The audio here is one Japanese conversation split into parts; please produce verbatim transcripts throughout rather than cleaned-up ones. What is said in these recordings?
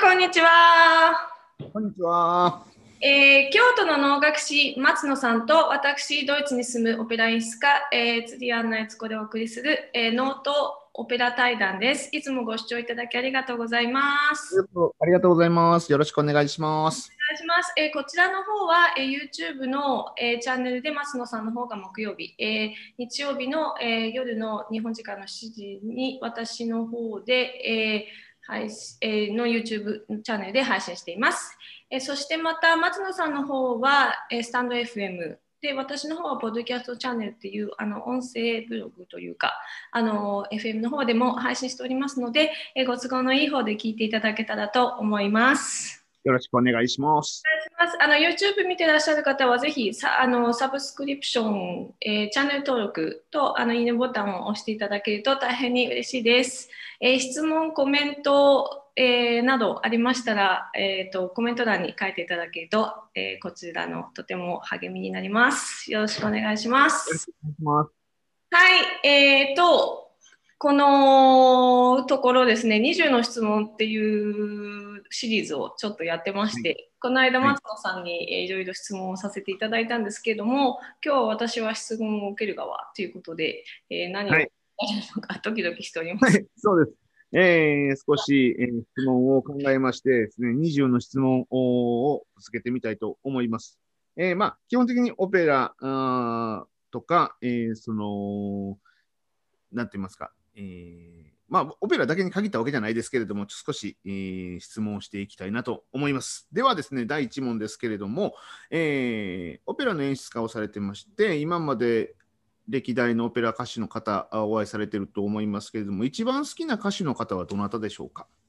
こんにちは。 こんにちは。 えー、京都の能楽師松野さんと私ドイツに住むオペラ演出家、えー、辻アンナ悦子でお送りする、えー、能とオペラ対談です。いつもご視聴いただきありがとうございます。 ありがとうございます。よろしくお願いします。 お願いします。えー、こちらの方は、えー、YouTube の、えー、チャンネルで松野さんの方が木曜日、えー、日曜日の、えー、夜の日本時間のしちじに私の方で、えーはいえー、の YouTube チャンネルで配信しています。えー、そしてまた松野さんの方は、えー、スタンド エフエム で、私の方はポッドキャストチャンネルっていうあの音声ブログというかあの エフエム の方でも配信しておりますので、えー、ご都合のいい方で聞いていただけたらと思います。 よろしくお願いします。 あの YouTube 見てらっしゃる方はぜひさあのサブスクリプション、えー、チャンネル登録とあのいいねボタンを押していただけると大変に嬉しいです。えー、質問、コメント、えー、などありましたら、えーと、コメント欄に書いていただけると、えー、こちらのとても励みになります。よろしくお願いします。 よろしくお願いします。 はい、えーと、このところですね、にじゅうの質問っていうシリーズをちょっとやってまして、はい、この間、松野さんにいろいろ質問をさせていただいたんですけれども、今日は私は質問を受ける側ということで、えー、何をやるのかドキドキしております。 はい、そうです。えー、少し、えー、質問を考えましてですね、にじゅうの質問を続けてみたいと思います。えー、まあ、基本的にオペラあとか、えー、その、なんて言いますか、えー、まあ、オペラだけに限ったわけじゃないですけれども、少し、えー、質問をしていきたいなと思います。ではですね、だいいち問ですけれども、えー、オペラの演出家をされてまして、今まで歴代のオペラ歌手の方、お会いされていると思いますけれども、一番好きな歌手の方はどなたでしょうか？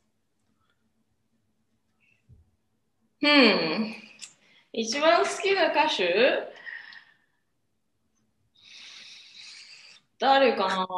うん、一番好きな歌手誰かな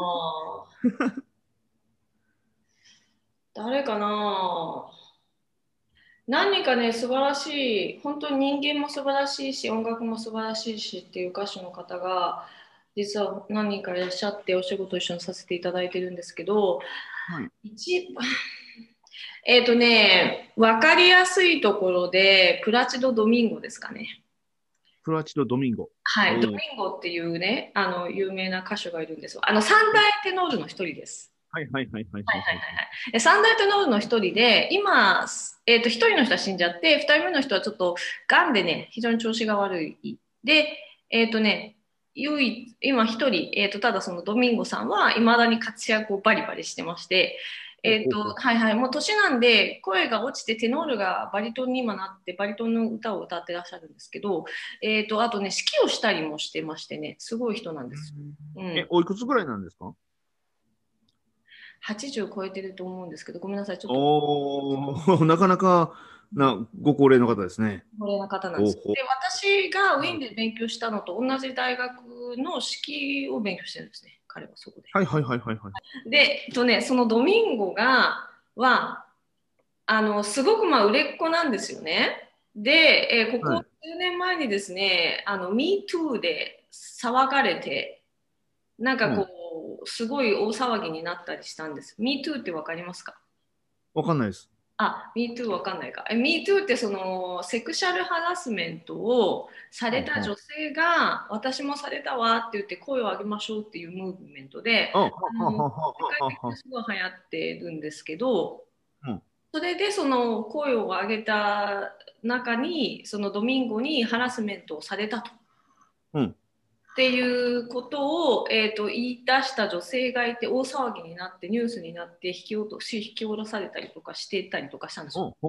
誰かな何人かね、素晴らしい、本当に人間も素晴らしいし、音楽も素晴らしいしっていう歌手の方が、実は何人かいらっしゃって、お仕事一緒にさせていただいてるんですけど、はい、一番、えっとね、分かりやすいところで、プラチド・ドミンゴですかね。 プラチド・ドミンゴ。 はい、ドミンゴっていうね、あの有名な歌手がいるんですよ。あの三大テノールの一人です。 はいはいはいはいはいはいはい。三大テノールの一人で、今、えっと、一人の人は死んじゃって、二人目の人はちょっと癌でね、非常に調子が悪い。で、えっとね、唯一、今一人、えっと、ただそのドミンゴさんはいまだに活躍をバリバリしてまして、えっと、はいはい、もう年なんで声が落ちてテノールがバリトンに今なってバリトンの歌を歌ってらっしゃるんですけど、えっと、あとね、指揮をしたりもしてましてね、すごい人なんですよ。うん、 え、おいくつぐらいなんですか？ はちじゅう超えてると思うんですけど、ごめんなさい、ちょっと。 おー、なかなかなご高齢の方ですね。 高齢な方なんです。で、私がウィーンで勉強したのと同じ大学の指揮を勉強してるんですね、彼はそこで。 はいはいはいはい、はい。 で、えっとね、そのドミンゴが、は、あの、すごくまあ売れっ子なんですよね。で、えー、ここ数年前にですね、はい、あの、ミートゥー で騒がれて、なんかこう、うん、すごい大騒ぎになったりしたんです。ミートゥー ってわかりますか？ わかんないです。 あ、ミートゥー わかんないか。え、ミートゥー ってそのセクシャルハラスメントをされた女性が、私もされたわって言って声を上げましょうっていうムーブメントで、あの世界的にすごい流行ってるんですけど、うん、それでその声を上げた中に、そのドミンゴにハラスメントをされたと。うん、っていうことを、えーと、言い出した女性がいて大騒ぎになってニュースになって引き落とし引き下ろされたりとかしてたりとかしたんですよ。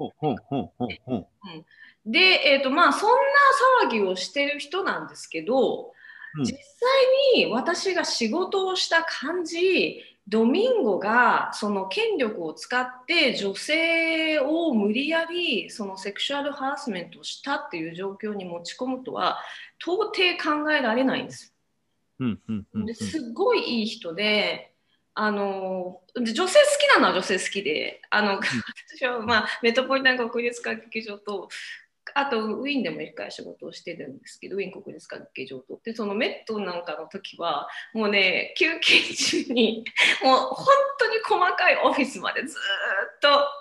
で、えーとまあ、そんな騒ぎをしてる人なんですけど、うん、実際に私が仕事をした感じ、ドミンゴがその権力を使って女性を無理やりそのセクシュアルハラスメントをしたっていう状況に持ち込むとは到底考えられないんです。ですごいいい人で、あの女性好きなのは女性好きで、あの、うん、私は、まあ、メトロポリタン国立歌劇場とあとウィーンでも一回仕事をしてるんですけど、ウィーン国立歌劇場とで、そのメットなんかの時はもうね、休憩中にもう本当に細かいオフィスまでずっとトン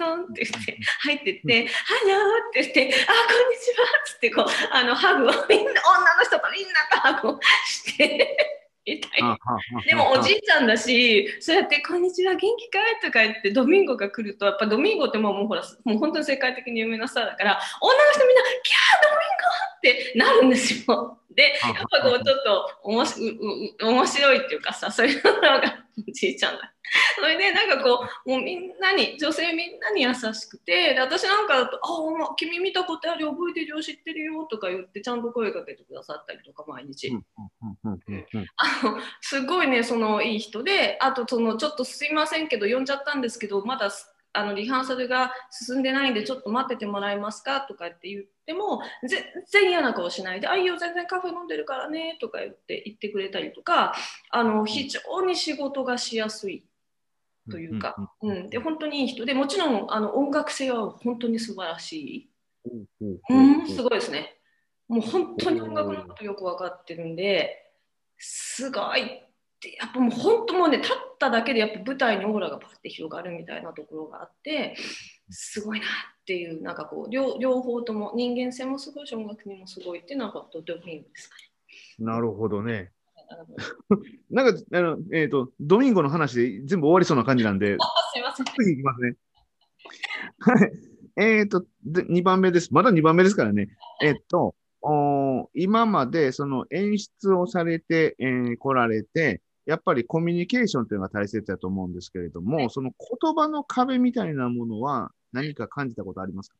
トンって言って入ってって、ハローって言って、あ、こんにちはってこう、あの、ハグを、みんな、女の人とみんなとハグをしていたい。でもおじいちゃんだし、そうやって「こんにちは、元気かい?」とか言ってドミンゴが来ると、やっぱドミンゴってもう、もうほら、もう本当に世界的に有名なスターだから、女の人みんな「キャードミンゴ!」ってなるんですよ。で、やっぱこうちょっとおもしうう面白いっていうかさ、そういうのがおじいちゃんだ。それでなんかこう、もうみんなに、女性みんなに優しくて、で私なんかだと「あ、君見たことあるよ、覚えてるよ、知ってるよ」とか言ってちゃんと声かけてくださったりとか、毎日。あのすごいね、そのいい人で、あとそのちょっとすいませんけど呼んじゃったんですけど、まだあのリハーサルが進んでないんでちょっと待っててもらえますかとかって言っても全然嫌な顔しないで「あ、いいよ、全然カフェ飲んでるからね」とか言って言ってくれたりとか、あの非常に仕事がしやすいというか、うん、で本当にいい人で、もちろんあの音楽性は本当に素晴らしい、うん、すごいですね。もう本当に音楽のことよく分かってるんですごいって、やっぱもう本当もうね、立っただけでやっぱ舞台にオーラがパッて広がるみたいなところがあって、すごいなっていう、なんかこう 両, 両方とも人間性もすごいし、音楽にもすごいっていうのはとてもいいんですかね。なるほどね。なんかあの、えーと、ドミンゴの話で全部終わりそうな感じなんで、 すいません。 次いきますね。はい。えっと、にばんめです。まだにばんめですからね。えっと、お今までその演出をされて、えー来られて、やっぱりコミュニケーションというのが大切だと思うんですけれども、その言葉の壁みたいなものは何か感じたことありますか？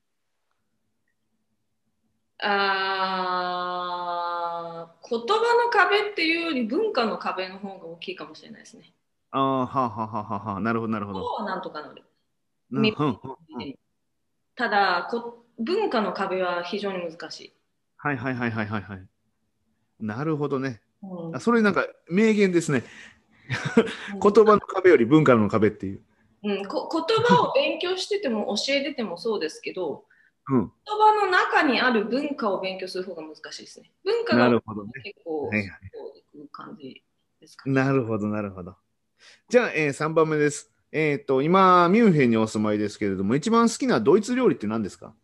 あー、言葉の壁っていうより文化の壁の方が大きいかもしれないですね。 ああ、はあはあはあはあ、なるほど、なるほど。 言葉はなんとかなる。 うん、うん、うん。 ただこ、文化の壁は非常に難しい。 はいはいはいはいはいはい。なるほどね。 うん、 あ、それなんか名言ですね。言うん葉の壁より文化の壁っていう。 うん、こ言葉を勉強してても教えててもそうですけど、 うん。 言葉の中にある文化を勉強する方が難しいですね。文化がなるほどね。 結構はいはい。 そういう感じですかね。 なるほど、なるほど。じゃあ、えー、さんばんめです。えっと、今、ミュンヘンにお住まいですけれども、一番好きなドイツ料理って何ですか？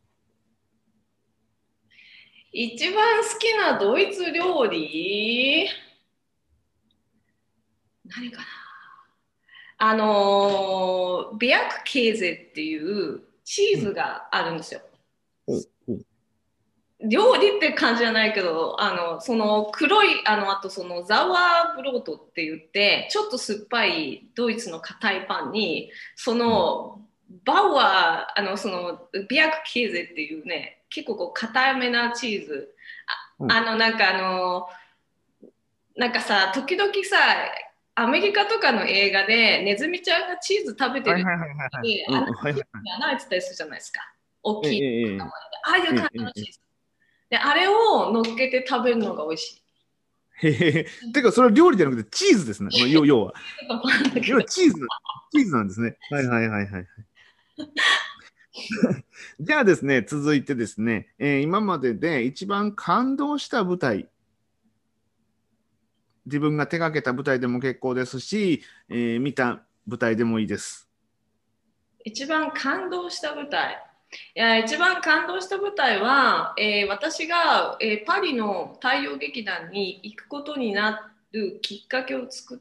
一番好きなドイツ料理、何かな。あのービアクケーゼっていうチーズがあるんですよ。 おお料理って感じじゃないけど、あのその黒い、あのあとそのザワーブロートって言ってちょっと酸っぱいドイツの硬いパンに、そのバワー、あのそのビアクケーゼっていうね、結構こう硬めなチーズ、 うん。 ああのなんかあのなんかさ、時々さ、アメリカとかの映画でネズミちゃんがチーズ食べてるはいはいはいはいはい。 で、 うん、 あのはいはいはい。 チーズに穴開いてたりするじゃないですか。大ええきい塊で。 ええああいう感ええええええじのチーズ。で、あれを乗っけて食べるのが美味しい。 へへへ。てか、それは料理じゃなくてチーズですね。まあ、要要は。 パンだけど。 要はチーズ、チーズなんですね。はいはいはいはい。じゃあですね、続いてですね、えー今までで一番感動した舞台、自分が手掛けた舞台でも結構ですし、えー見た舞台でもいいです。 一番感動した舞台。いや、一番感動した舞台は、えー私が、えーパリの太陽劇団に行くことになるきっかけを作った、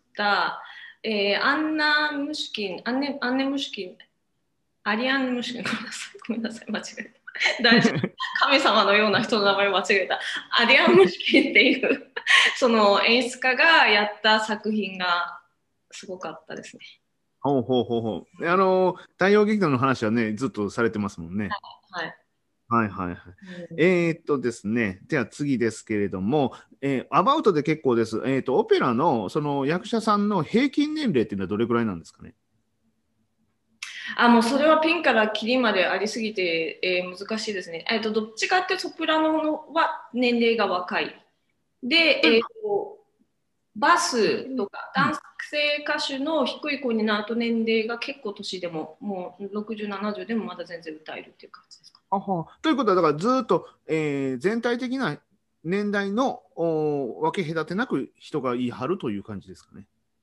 えーアンナ・ムシュキン、アンネ・アンネムシュキン、アリアン・ムシュキン、ごめんなさい、ごめんなさい、間違えた。大丈夫。神様のような人の名前を間違えた。アリアン・ムシュキンっていうその演出家がやった作品がすごかったですね。 ほうほうほうほう。あの、太陽劇団の話はね、ずっとされてますもんね。 はい。 はいはいはい。 うん、 えーっとですね、では次ですけれども、えーアバウトで結構です。えーっと、オペラのその役者さんの平均年齢っていうのはどれくらいなんですかね。 あ、もうそれはピンからキリまでありすぎて、えー難しいですね。えっと、どっちかってソプラノのは年齢が若い。で、えっと、バスとかうん。 男性歌手の低い子になると年齢が結構年でも、もうろくじゅう、ななじゅうでもまだ全然歌えるっていう感じですか。 あはということは、だからずっと、えー全体的な年代のお分け隔てなく人が言い張るという感じですかね。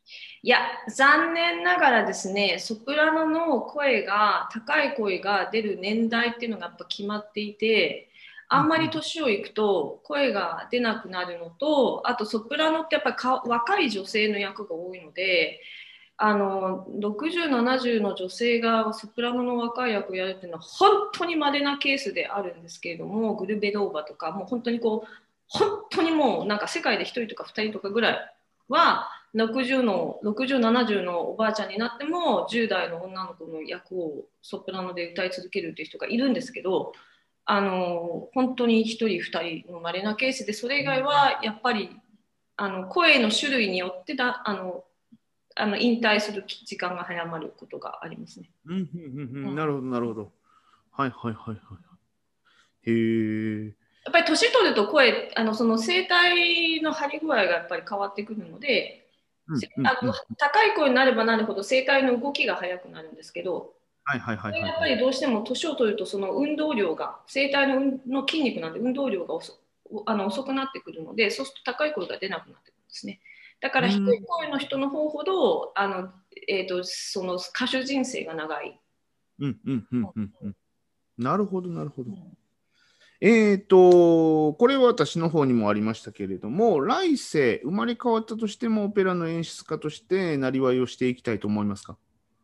いや、残念ながらですね、ソプラノの声が、高い声が出る年代っていうのがやっぱ決まっていて、あんまり年をいくと声が出なくなるのと、あとソプラノってやっぱりか若い女性の役が多いので、あのろくじゅう、ななじゅうの女性がソプラノの若い役をやるっていうのは本当に稀なケースであるんですけれども、グルベドーバとか、もう本当にこう、本当にもうなんか世界でひとりとかふたりとかぐらいは、ろくじゅうの、ろくじゅう、ななじゅうのおばあちゃんになってもじゅう代の女の子の役をソプラノで歌い続けるっていう人がいるんですけど、あの本当にひとりふたりの稀なケースで、それ以外はやっぱりあの声の種類によってだあのあの引退する時間が早まることがありますね。 うんうんうんうん、なるほどなるほど。はいはいはいはい。へえ。 やっぱり年取ると声、あのその声帯の張り具合がやっぱり変わってくるので、 うんうんあのうん。 高い声になればなるほど声帯の動きが速くなるんですけど、 はいはいはいはいはい。 やっぱりどうしても年を取るとその運動量が、声帯のの筋肉なんで運動量が遅あの遅くなってくるので、そうすると高い声が出なくなってくるんですね。だから低いうん声の人の方ほどあの、えーと、その歌手人生が長い。 うんうんうんうんうん。なるほどなるほど。 うん、 えーと、これは私の方にもありましたけれども、来世生まれ変わったとしても、オペラの演出家としてなりわいをしていきたいと思いますか？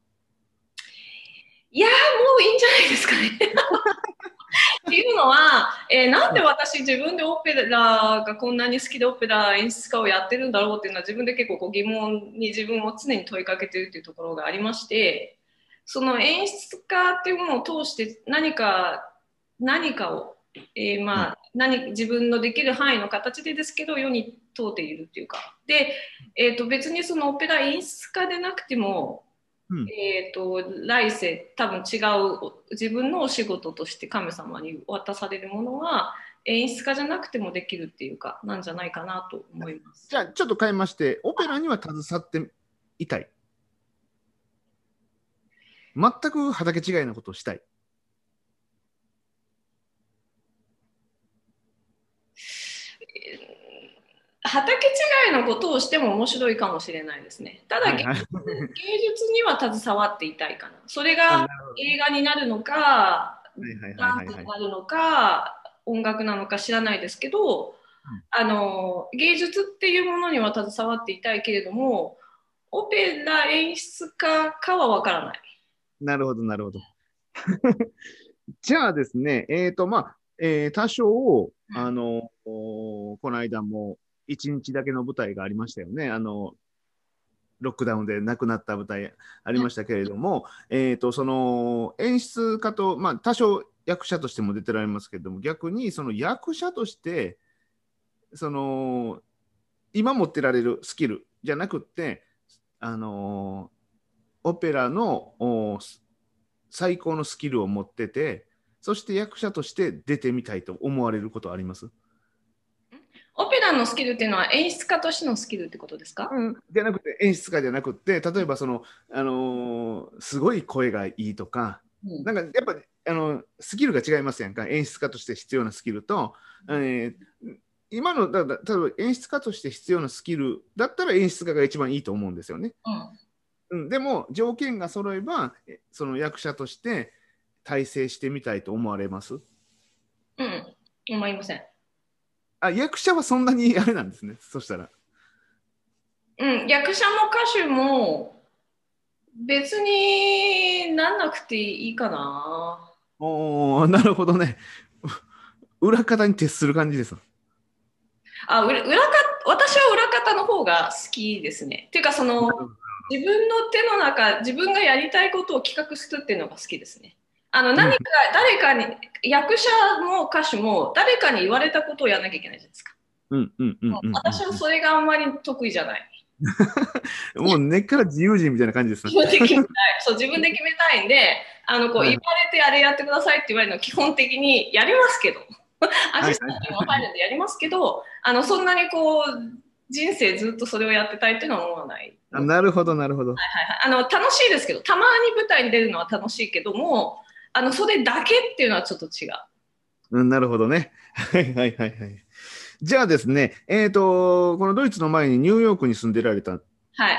いやー、もういいんじゃないですかね。っていうのは、えーなんで私自分でオペラがこんなに好きでオペラ演出家をやってるんだろうっていうのは自分で結構こう疑問に自分を常に問いかけてるっていうところがありまして、その演出家っていうものを通して何か何かを、えーうんまあ、何自分のできる範囲の形でですけど世に問うているっていうかで、えー、と別にそのオペラ演出家でなくてもうんえーと、来世多分違う自分のお仕事として神様に渡されるものは演出家じゃなくてもできるっていうかなんじゃないかなと思います。 じゃあ、ちょっと変えまして、オペラには携わっていたい。全く畑違いのことをしたい。 畑違いのことをしても面白いかもしれないですね。ただ芸術、 はいはい。 芸術には携わっていたいかな。それあ、ながるほど。 映画になるのか、 はいはいはいダンスはいはい。 になるのか、音楽なのか知らないですけど、あの芸術っていうものには携わっていたいけれども、オペラ演出家かは分からない。 なるほどなるほど。じゃあですね、えっと、まあ、えー多少、あの、おこの間も一日だけの舞台がありましたよね。あの、ロックダウンで亡くなった舞台ありましたけれども、えっと、その演出家と、まあ、多少役者としても出てられますけれども、逆にその役者として、その、今持ってられるスキルじゃなくって、あの、オペラのお最高のスキルを持ってて、そして役者として出てみたいと思われることはあります？ オペラのスキルっていうのは演出家としてのスキルってことですか？ うん、じゃなくて演出家じゃなくて、例えばその、あのーすごい声がいいとか、 うん、 なんかやっぱりあのスキルが違いますやんか、演出家として必要なスキルと、えー今のだだ例えば演出家として必要なスキルだったら演出家が一番いいと思うんですよね。うん、でも条件が揃えばその役者として大成してみたいと思われます？ うん、うん、思いません。 あ、役者はそんなにあれなんですね。そしたら。 うん、役者も歌手も別になんなくていいかな。 おー、なるほどね。裏方に徹する感じです。 あ、裏裏か私は裏方の方が好きですね。っていうかその自分の手の中、自分がやりたいことを企画するっていうのが好きですね。あの何かうん誰かに、役者も歌手も誰かに言われたことをやらなきゃいけないじゃないですか。 うんうんうんうんうん私はそれがあんまり得意じゃない。 うん。もう根っから自由人みたいな感じですね。 自分で決めたい。そう、自分で決めたいんで、あのこうはい言われてあれやってくださいって言われるのは基本的にやりますけど、アはいシスタントにも入るんでやりますけど、あのそんなにこう人生ずっとそれをやってたいっていうのは思わないあ、 ので。 なるほど、なるほど。 あの楽しいですけど、たまに舞台に出るのは楽しいけども、あのそれだけっていうのはちょっと違う。 うん、なるほどね。はいはいはいはい。じゃあですね、えっと、このドイツの前にニューヨークに住んでられた。 はい。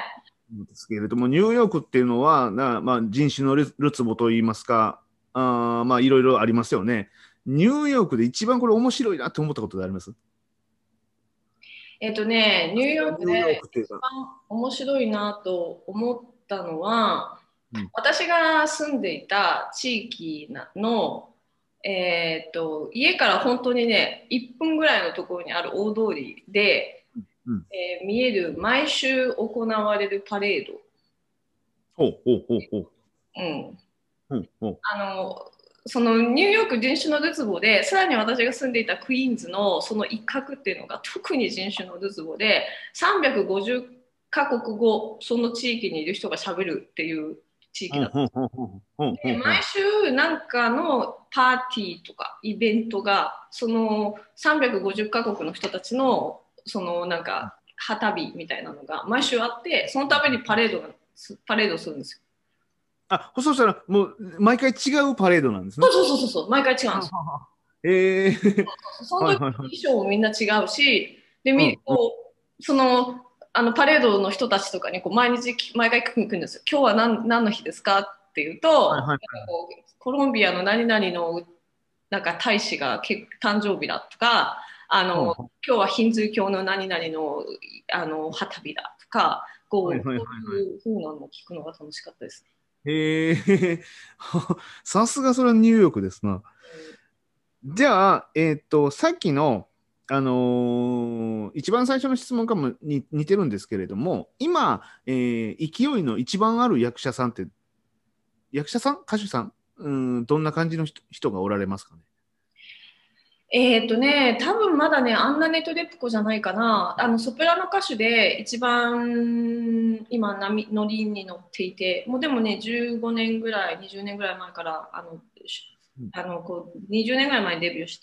ですけれども、ニューヨークっていうのは、なまあ、人種のるるつぼといいますか、あーまあ、いろいろありますよね。ニューヨークで一番これ面白いなと思ったことであります？ えっとね、ニューヨークでニューヨークっていう一か。 番面白いなと思ったのは、 うん。 私が住んでいた地域の、えっと、家から本当にね、いっぷんぐらいのところにある大通りで、 うん。 えー見える毎週行われるパレード。 ほうほうほうほう。 うん、 ほうほう。 あのそのニューヨーク人種のるつぼで、さらに私が住んでいたクイーンズのその一角っていうのが特に人種のるつぼで、さんびゃくごじゅうカ国語その地域にいる人がしゃべるっていう地域だった。 ほうほうほうほうほうほうで、 ほう。 毎週なんかのパーティーとかイベントが、そのさんびゃくごじゅうカ国の人たちのそのなんか旗日みたいなのが毎週あって、そのためにパレードがパレードするんですよ。 あ、そうしたら、もう、毎回違うパレードなんですね。 そうそうそうそう、毎回違うんですよ。 ええー。 その時はいはいはい。 衣装もみんな違うし、で、み、 うんうん。 こう、その、あのパレードの人たちとかにこう毎日、毎回聞くんですよ。今日は何、何の日ですかっていうと、なんかはいはい。 こうコロンビアの何々のなんか大使が結誕生日だとか、あの、 ほうほ今日はヒンズー教の何々の、あの旗日だとか、 う。はいこう、 はいはいそうはい。 いう風なのを聞くのが楽しかったですね。 へえ、さすがそれはニューヨークですな。じゃあ、えっと、さっきの、あのー一番最初の質問かもに似てるんですけれども、今、えー勢いの一番ある役者さんって、役者さん歌手さんうん、どんな感じの人、人がおられますかね？ えーっとね、多分まだね、アンナネット・デプコじゃないかな。あの、ソプラノ歌手で一番今波、乗りに乗っていて、もうでもね、じゅうごねんぐらい、にじゅうねんぐらい前から、あの、しうん。 あのこうにじゅうねんぐらい前にデビューして、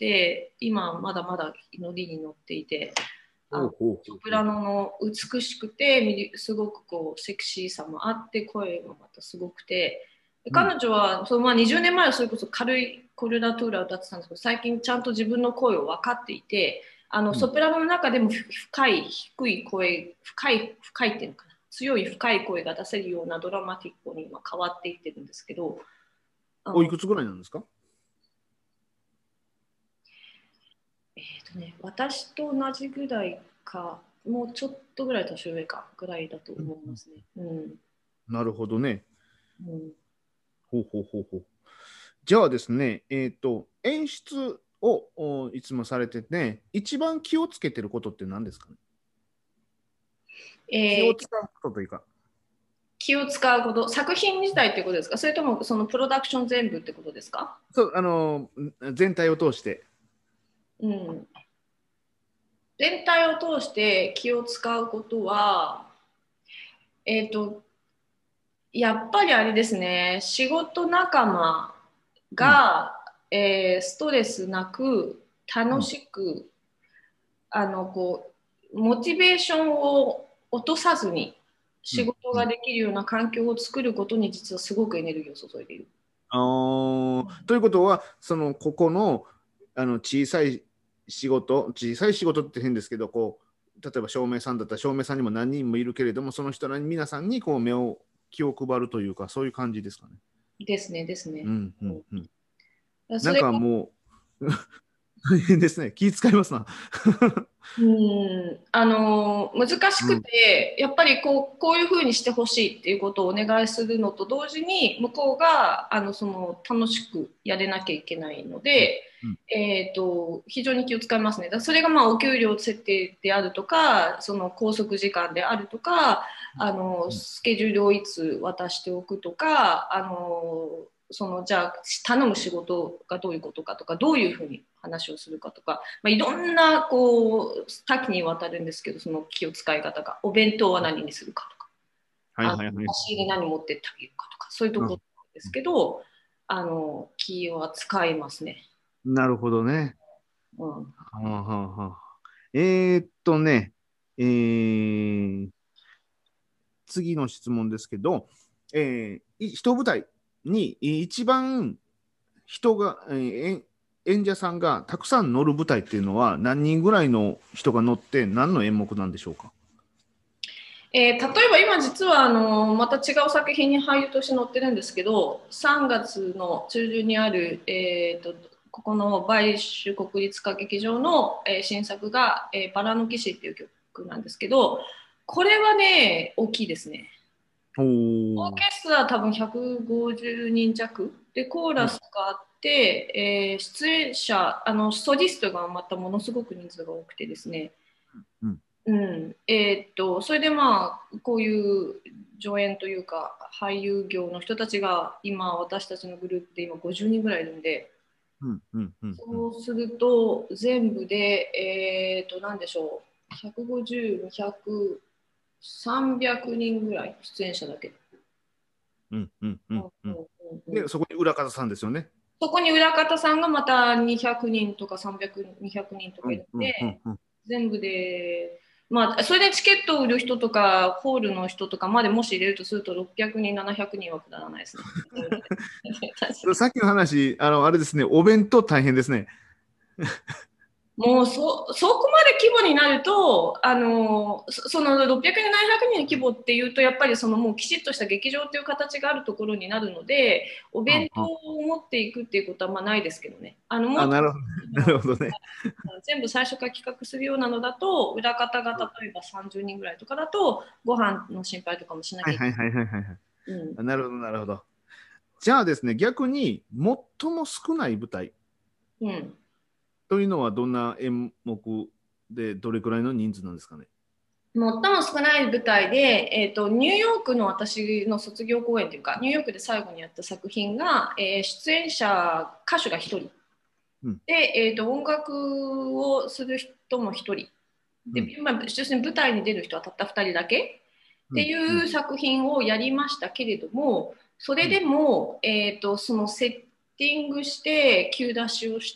今まだまだ乗りに乗っていて、あのほうほうほソプうほう。 ラノの美しくて、みりすごくこうセクシーさもあって、声もまたすごくて、 うん。 彼女はそのまあにじゅうねんまえはそれこそ軽いコルダトゥーラを歌ってたんですけど、最近ちゃんと自分の声を分かっていて、あのうん。 ソプラノの中でも深い低い声、深い深いっていうのかな、強い深い声が出せるようなドラマティックに今変わっていってるんですけど、あのおいくつぐらいなんですか？ えーとね、私と同じぐらいか、もうちょっとぐらい年上かぐらいだとうん。 思いますね。うん。 なるほどね。 うん、 ほうほうほうほう。じゃあですね、えっと、演出をおいつもされてて、一番気をつけてることって何ですかね？気えーを使うことというか。 気を使うこと、作品自体ってことですか、それともそのプロダクション全部ってことですか？ そう、あの、全体を通して。 うん。全体を通して気を使うことは、えっと、やっぱりあれですね、仕事仲間うん。 が、えーストレスなく楽うん。 しく、あのこうモチベーションを落とさずにうん。 仕事うん。 ができるような環境を作ることに実はすごくエネルギーを注いでいる。 あーということは、その、ここの、あの、小さい仕事、小さい仕事って変ですけど、こう、例えば照明さんだったら照明さんにも何人もいるけれども、その人らに皆さんにこう目を、気を配るというか、そういう感じですかね。 ですね、ですね。 うん、うん、うん。なんそれがかもう、大変ですね。気遣いますな。 うんあの難しくうん。 て、やっぱりこうこういうふうにしてほしいっていうことをお願いするのと同時に、向こうがあのその楽しくやれなきゃいけないのうん。 で、 うん。 えー、と非常に気を使いますね。だからそれがまあお給料設定であるとか、その拘束時間であるとか、あのうん。 スケジュールをいつ渡しておくとか、あのそのじゃあ頼む仕事がどういうことかとか、どういうふうに話をするかとか、まあ、いろんなこう多岐にわたるんですけど、その気を使い方が、お弁当は何にするかとか、あのはいはいはい。 差し入れ何持ってってあげるかとか、そういうところあ、 なんですけど、あの気は使いますね。 なるほどね。 うん、 はあはあはあ。えーっとね、えー次の質問ですけど、えー、い一舞台に一番人が、えー演演者さんがたくさん乗る舞台っていうのは何人ぐらいの人が乗って何の演目なんでしょうか？ えー、例えば今実はあのまた違う作品に俳優として載ってるんですけど、さんがつの中旬にある、えー、とここの梅州国立歌劇場の、えー新作が、えーバラの騎士っていう曲なんですけど、これはね、大きいですね。 おー。 オーケストラは多分ひゃくごじゅうにん弱で、コーラスがあって、えー出演者、あのソリストがまたものすごく人数が多くてですね、 うん。 うん、えーっと、それでまあ、こういう上演というか、俳優業の人たちが今、私たちのグループで今ごじゅうにんぐらいいるんで、 うん。うん。うん。うん。 そうすると、全部で、えーっと、なんでしょう、ひゃくごじゅう、にひゃく、さんびゃくにんぐらい、出演者だけで。 うん。うん。うん。うん。 うんうんうんうん、 で、そこに裏方さんですよね。 そこに裏方さんがまたにひゃくにんとかさんびゃく、にひゃくにんとかいるうん。うん。うん。 んで、 うん。 全部で、まあ、それでチケットを売る人とか、ホールの人とかまでもし入れるとすると、ろっぴゃくにん、ななひゃくにんはくだらないですね。 さっきの話、あの、あれですね、お弁当大変ですね。 もうそ、そこまで規模になると、あの、そそのろっぴゃくにん、ななひゃくにんの規模っていうと、やっぱりそのもうきちっとした劇場という形があるところになるので、お弁当うん。うん。 を持っていくっていうことはまあないですけどね。あの、もあ、 っとなるほど。なるほどね。 全部最初から企画するようなのだと、裏方が例えばさんじゅうにんぐらいとかだと、ご飯の心配とかもしなきゃいけはいはいはいはいはいはい。 ない。うん。 あ、なるほど、なるほど。じゃあですね、逆に最も少ない舞台うん。 というのはどんな演目でどれくらいの人数なんですかね。 最も少ない舞台で、えーと、ニューヨークの私の卒業公演というか、ニューヨークで最後にやった作品が、えー出演者、歌手がひとり。 うん。 で、えーと、音楽をする人もひとり。で、 うん。 まあ、要するに舞台に出る人はたったふたりだけってうん。うん。 いう作品をやりましたけれども、それでうん。 も、えーと、そのセッティングして、急出しをして、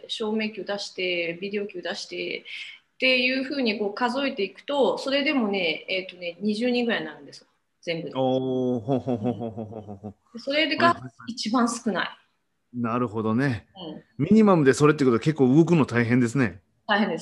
照明球出して、ビデオ球出して、っていうふうにこう数えていくと、それでもね、えっ、とね、にじゅうにんぐらいになるんですよ、全部で。 おー、ほほうん、 ほほほほほほ。 でそれがはいはい。 一番少ない。 なるほどね。 うん、 ミニマムでそれってことは結構動くの大変ですね。 大変です。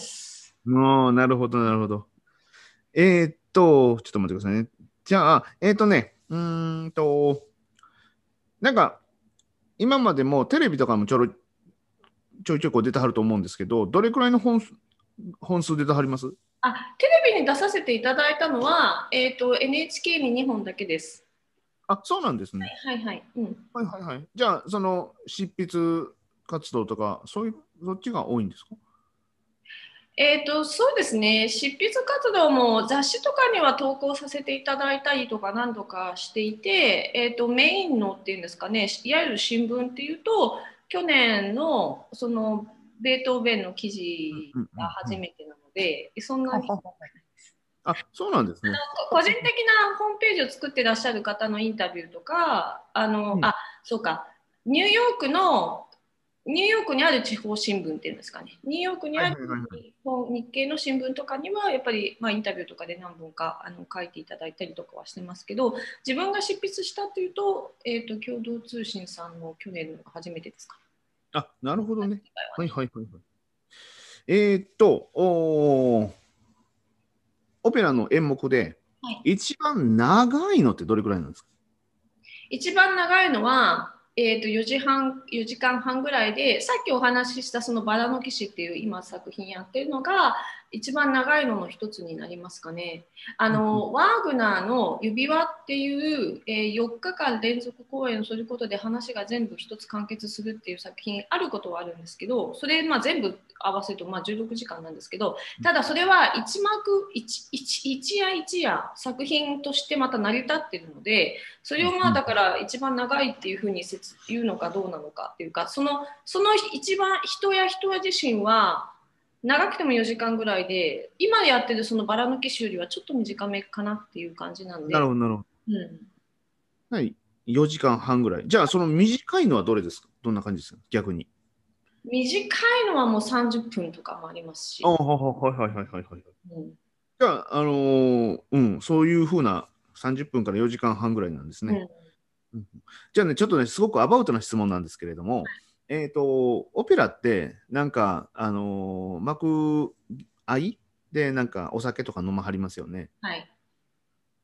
ああ、なるほど、なるほど。えーっと、ちょっと待ってくださいね。じゃあ、えーっとね、うーんと、なんか、今までもテレビとかもちょろちょいちょいこう出てはると思うんですけど、どれくらいの本数、本数出てはります？ あ、テレビに出させていただいたのは、えっ、と、エヌエイチケー ににほんだけです。 あ、そうなんですね。 はいはい。うん。 はいはいはい。じゃあ、その執筆活動とか、そういう、そっちが多いんですか？ えっ、と、そうですね。執筆活動も雑誌とかには投稿させていただいたりとか何度かしていて、えっ、と、メインのっていうんですかね、いわゆる新聞っていうと、去年のそのベートーベンの記事うんうがんうん。 初めてなので、そんなにははは。あ、そうなんですね。 個人的なホームページを作ってらっしゃる方のインタビューとか、あの、 うん。 あ、そうか、ニューヨークのニューヨークにある地方新聞っていうんですかね、ニューヨークにはいあるはいはいはい。 日本日系の新聞とかには、やっぱり、まあ、インタビューとかで何本かあの書いていただいたりとかはしてますけど、自分が執筆したっていうと、えーと、共同通信さんの去年のが初めてですかあ、なるほどね。はいね。 はいはいはい。えーっと、おー、オペラの演目で、 はい、 一番長いのってどれくらいなんですか？ 一番長いのは、えー、とよじはん、よじかんはんぐらいで、さっきお話ししたそのバラの騎士っていう今作品やってるのが、一番長いのの一つになりますかね。あうんうん。 の、ワーグナーの指輪っていう、えー、よっかかん連続公演をすることで話が全部一つ完結するっていう作品あることはあるんですけど、それ、まあ、全部合わせるとまあじゅうろくじかんなんですけど、ただそれは一幕一一一夜一夜作品としてまた成り立ってるので、それをまあだから一番長いっていうふうに言うのかどうなのかっていうか、そのその一番人や人自身は長くてもよじかんぐらいで、今やってるそのバラの騎士よりはちょっと短めかなっていう感じなんで、 なるほど、なるほど。 うん、 はい。よじかんはんぐらい。じゃあ、その短いのはどれですか？どんな感じですか逆に。 短いのはもうさんじゅっぷんとかもありますああ、 し、 はいはいはいはいはい。 うん、 じゃあ、あのーうん、そういうふうなさんじゅっぷんからよじかんはんぐらいなんですね。 うん、 うん、じゃあね、ちょっとね、すごくアバウトな質問なんですけれども、えっと、オペラって、なんか、あのー幕間で、なんか、お酒とか飲まはりますよね。 はい。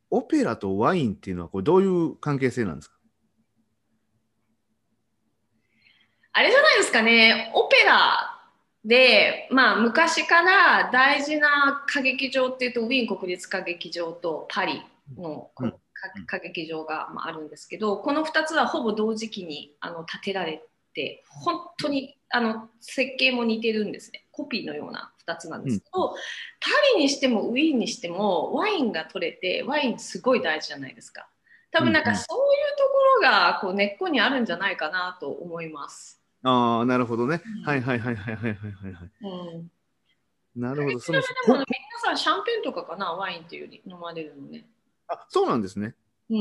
オペラとワインっていうのはこれどういう関係性なんですか？ あれじゃないですかね、オペラで、まあ、昔から大事な歌劇場っていうと、ウィーン国立歌劇場とパリのうん。 こ歌劇場がまああるんですけど、このふたつはほぼ同時期にあの建てられて、本当にあの設計も似てるんですね。コピーのようなふたつなんでうん。 すけど、パリにしてもウィーンにしてもワインが取れて、ワインすごい大事じゃないですか。多分なんかうん。 そういうところがこう根っこにあるんじゃないかなと思います。 ああ、なるほどね。 うん。 はいはいはいはいはいはいはいはい。 うん。 なるほど。その、 でも、 ほ、 皆さんシャンペーンとかかな、ワインっていうより飲まれるのね。 あ、そうなんですね。 うん。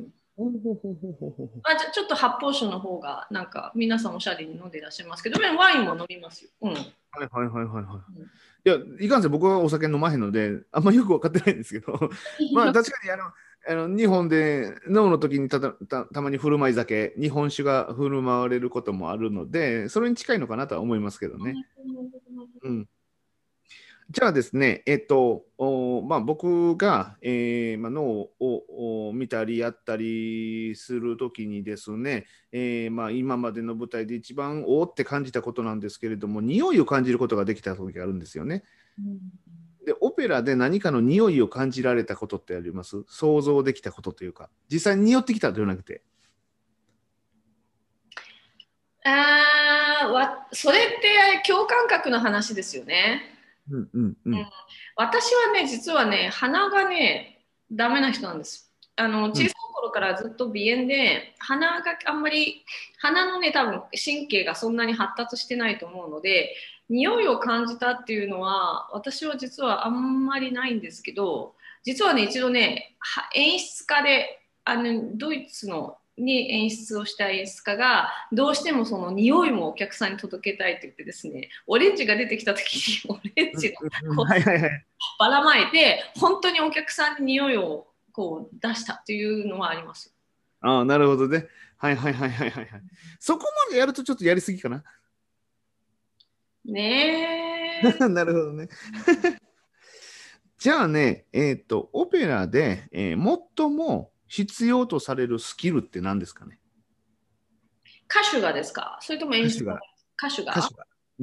ほうほうほうほうほうほうほう。 あ、じゃ、ちょっと発泡酒の方が、なんか、皆さんおしゃれに飲んでいらっしゃいますけど、でもワインも飲みますよ。うん。 はいはいはいはいはい。 うん。 いや、いかんせん僕はお酒飲まへんので、あんまよく分かってないんですけど、まあ確かにあの、あの日本で飲むの時にたた、た、たまに振る舞い酒、日本酒が振る舞われることもあるので、それに近いのかなとは思いますけどね。うん。じゃあですね、えっと、おまあ、僕が、えーまあ、脳をお見たりやったりするときにですね、えーまあ、今までの舞台で一番おーって感じたことなんですけれども、匂いを感じることができた時があるんですよね。 うん。 で、オペラで何かの匂いを感じられたことってあります？想像できたことというか、実際に匂ってきたではなくて。 あーわ、それって共感覚の話ですよね。 うんうんううん。 ん私はね、実はね、鼻がね、ダメな人なんです。あの、 うん小さい頃からずっと鼻炎で、鼻があんまり、鼻のね、多分神経がそんなに発達してないと思うので、匂いを感じたっていうのは、私は実はあんまりないんですけど、実はね、一度ね、は演出家で、あの、ドイツの、に演出をした演出家がどうしてもその匂いもお客さんに届けたいって言ってですね、オレンジが出てきた時にオレンうんジのうんうん。はいはいはい。 ばらまいて、本当にお客さんに匂いをこう出したっていうのはあります。 ああ、なるほどね。はいはいはいはいはいはい。そこまでやるとちょっとやりすぎかな。 ねなるほどね。じゃあね、えっと、オペラで、えー最も必要とされるスキルって何ですかね？ 歌手がですか、それとも演出家が、 歌手が、 歌手が歌手が。うん。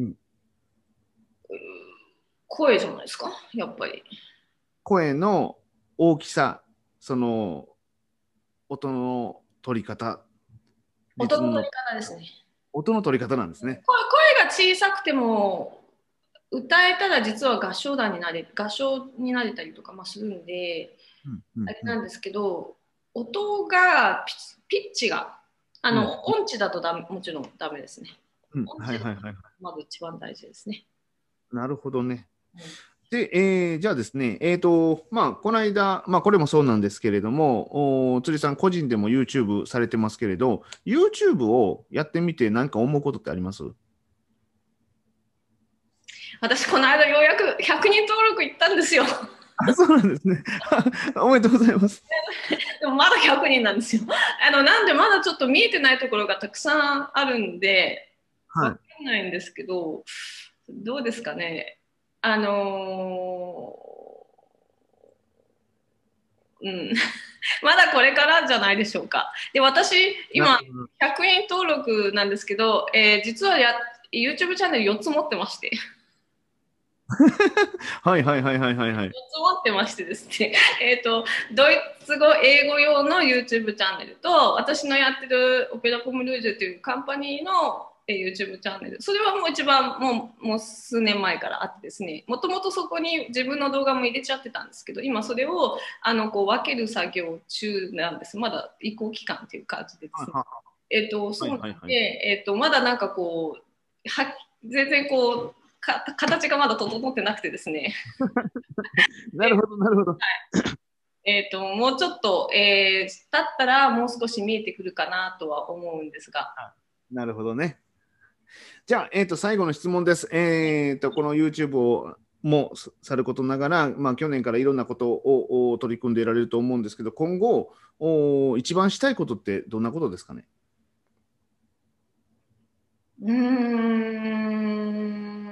声じゃないですか、やっぱり。 声の大きさ、その、音の取り方、リズムの、 音の取り方ですね。 音の取り方なんですね。 声声が小さくても歌えたら実は合唱団になれ合唱になれたりとかまあするんで、 うんうんうんあれなんですけど、音がピピッチがあうんの音痴だとダメ、もちろんダメですね。 うん。 音痴がはいはいはい。 まず一番大事ですね。 なるほどね。 うん。 で、えーじゃあですね、えっと、まあ、この間、まあ、これもそうなんですけれども、お釣りさん、個人でも YouTube されてますけれど、YouTube をやってみて、何か思うことってあります？ 私、この間ようやくひゃくにん登録いったんですよ。 あ、そうなんですね。おめでとうございます。 でもまだひゃくにんなんですよ。あのなんでまだちょっと見えてないところがたくさんあるんで、わかはい。 んないんですけど、どうですかね。あのーうん、まだこれからじゃないでしょうか。で、私、今、 なるほど。 ひゃくにん登録なんですけど、えー実はや YouTube チャンネルよっつ持ってまして。 はいはいはいはいはいはい。 つ持ってましてですね、えっと、ドイツ語、英語用の YouTube チャンネルと、私のやってるオペラコムルージュというカンパニーの YouTube チャンネル、それはもう一番もうもう数年前からあってですね、もともとそこに自分の動画も入れちゃってたんですけど、今それをあのこう分ける作業中なんです。まだ移行期間という感じでですね。えっと、そうなんで、 はいはいはい。 えっと、まだなんかこう、は全然こう、か形がまだ整ってなくてですね。 なるほどなるほど。 えーと、もうちょっと、えー、経ったらもう少し見えてくるかなとは思うんですが。 あ、なるほどね。じゃあ、えっと、最後の質問です。えっと、この YouTube をもさることながら、まあ、去年からいろんなことをお取り組んでいられると思うんですけど、今後、お一番したいことってどんなことですかね？ うー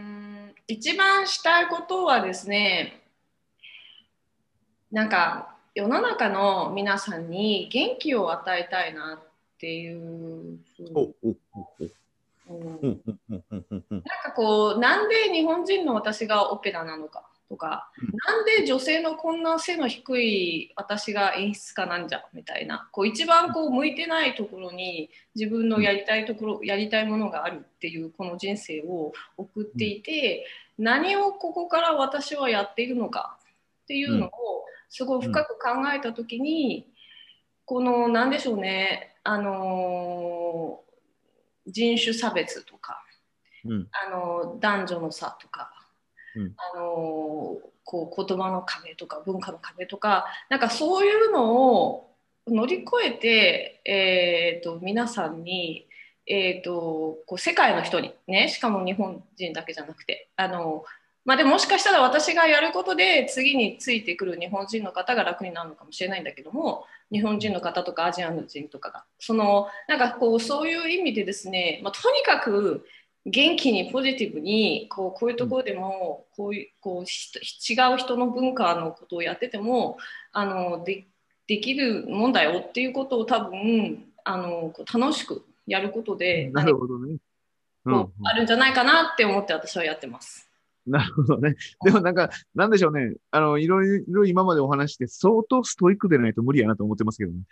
ん、一番したいことはですね、なんか、 世の中の皆さんに元気を与えたいなっていうふうに、 おおおおうんうんうんうんうんうんうんなんかこうなんで日本人の私がオペラなのかとか、なんで女性のこんな背の低い私が演出家なんじゃみたいな、こう一番こう向いてないところに自分のやりたいところ、やりたいものがあるっていうこの人生を送っていて、何をここから私はやっているのかっていうのをすごい深く考えた時に、この何でしょうね、あの人種差別とか、 うんあの男女の差とか、 うんあのこう言葉の壁とか文化の壁とか、なんかそういうのを乗り越えて、えー、と皆さんに、えー、とこう世界の人にね、しかも日本人だけじゃなくて、あのまあ、でももしかしたら私がやることで次についてくる日本人の方が楽になるのかもしれないんだけども、日本人の方とかアジアの人とかがそのなんかこうそういう意味でですね、まあ、とにかく元気にポジティブにこうこういうところでもこういうこう違う人の文化のことをやっててもあの で, できるもんだよっていうことを多分あの楽しくやることでなるほどね。うんうんこうあるんじゃないかなって思って私はやってます。 なるほどね。でもなんか、なんでしょうね。あの、いろいろ今までお話して相当ストイックでないと無理やなと思ってますけどね。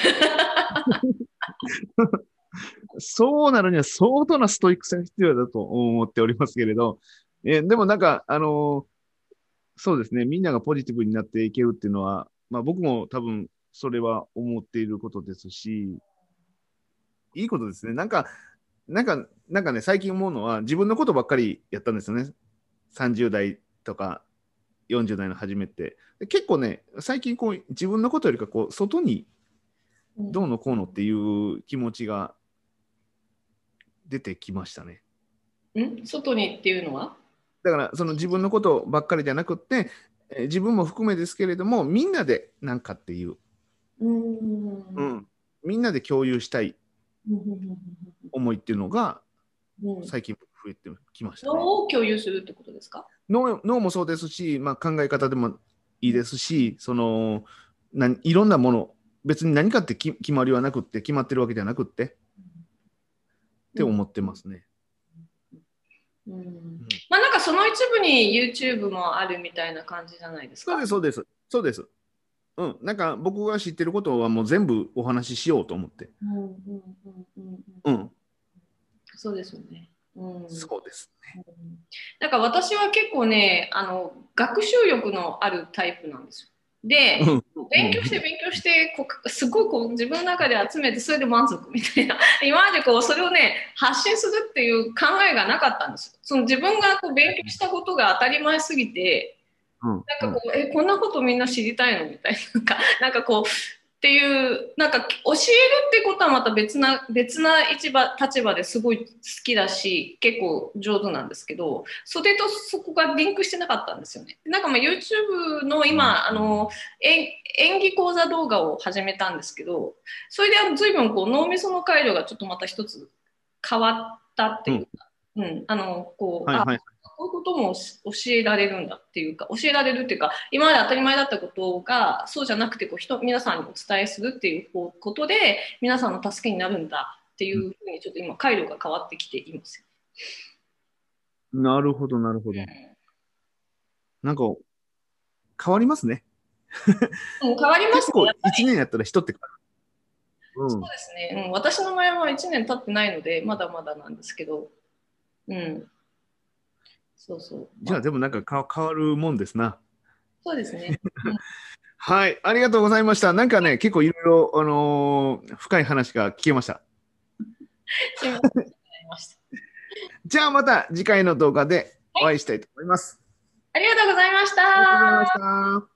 そうなるには相当なストイックさが必要だと思っておりますけれど、えーでもなんか、あのーそうですね、みんながポジティブになっていけるっていうのは、まあ僕も多分それは思っていることですし、いいことですね。なんか、なんか、なんかね、最近思うのは自分のことばっかりやったんですよね。さんじゅう代とかよんじゅう代の初めって。で結構ね、最近こう自分のことよりかこう外にどうのこうのっていう気持ちが出てきましたね。 ん外にっていうのはだからその自分のことばっかりじゃなくって、えー自分も含めですけれども、みんなでなんかっていう、 うーんうん、みんなで共有したい思いっていうのがうん最近増えてきましたね。 脳を共有するってことですか？ 脳、脳もそうですし、まあ、考え方でもいいですし、そのないろんなもの、別に何かってき決まりはなくって、決まってるわけじゃなくってって思ってますね。 うんうんまあなんかその一部に YouTube もあるみたいな感じじゃないですか。 そうです、そうです。そうです。うん。なんか僕が知ってることはもう全部お話ししようと思って。 うんうんうんうんうん。 そうですよね。うんそうですね。 なんか私は結構ね、あの学習欲のあるタイプなんですよ。で、 うん。 勉強して勉強してこうすごいこう自分の中で集めてそれで満足みたいな今までこうそれをね発信するっていう考えがなかったんですよ。その自分がこう勉強したことが当たり前すぎてうん。 なんかこうえこんなことみんな知りたいのみたいななんかなんかこうっていうなんか教えるってことはまた別な別な一場立場ですごい好きだし結構上手なんですけどそれとそこがリンクしてなかったんですよね。なんかまあ YouTube の今あの演演技講座動画を始めたんですけどそれであの随分こう脳みその回路がちょっとまた一つ変わったっていうか、うん、あのこうあはいはい。 こういうことも教えられるんだっていうか教えられるっていうか今まで当たり前だったことがそうじゃなくてこう人皆さんにお伝えするっていうことで皆さんの助けになるんだっていうふうにちょっと今回路が変わってきていますよ。 なるほど、なるほど。なんか変わりますね。 うん、変わりますね。 結構やっぱりいちねんやったら人って変わる。 そううん。 ですね、うん、私の前はいちねん経ってないのでまだまだなんですけど、うん、そうそう、まあ、 じゃあでもなんかか変わるもんですな。 そうですね。うん、 はい、ありがとうございました。なんかね、結構いろいろ、あのー深い話が聞けました。 すみません、ありました。 じゃあまた次回の動画でおはい、 会いしたいと思います。 ありがとうございましありがとうございました。 た。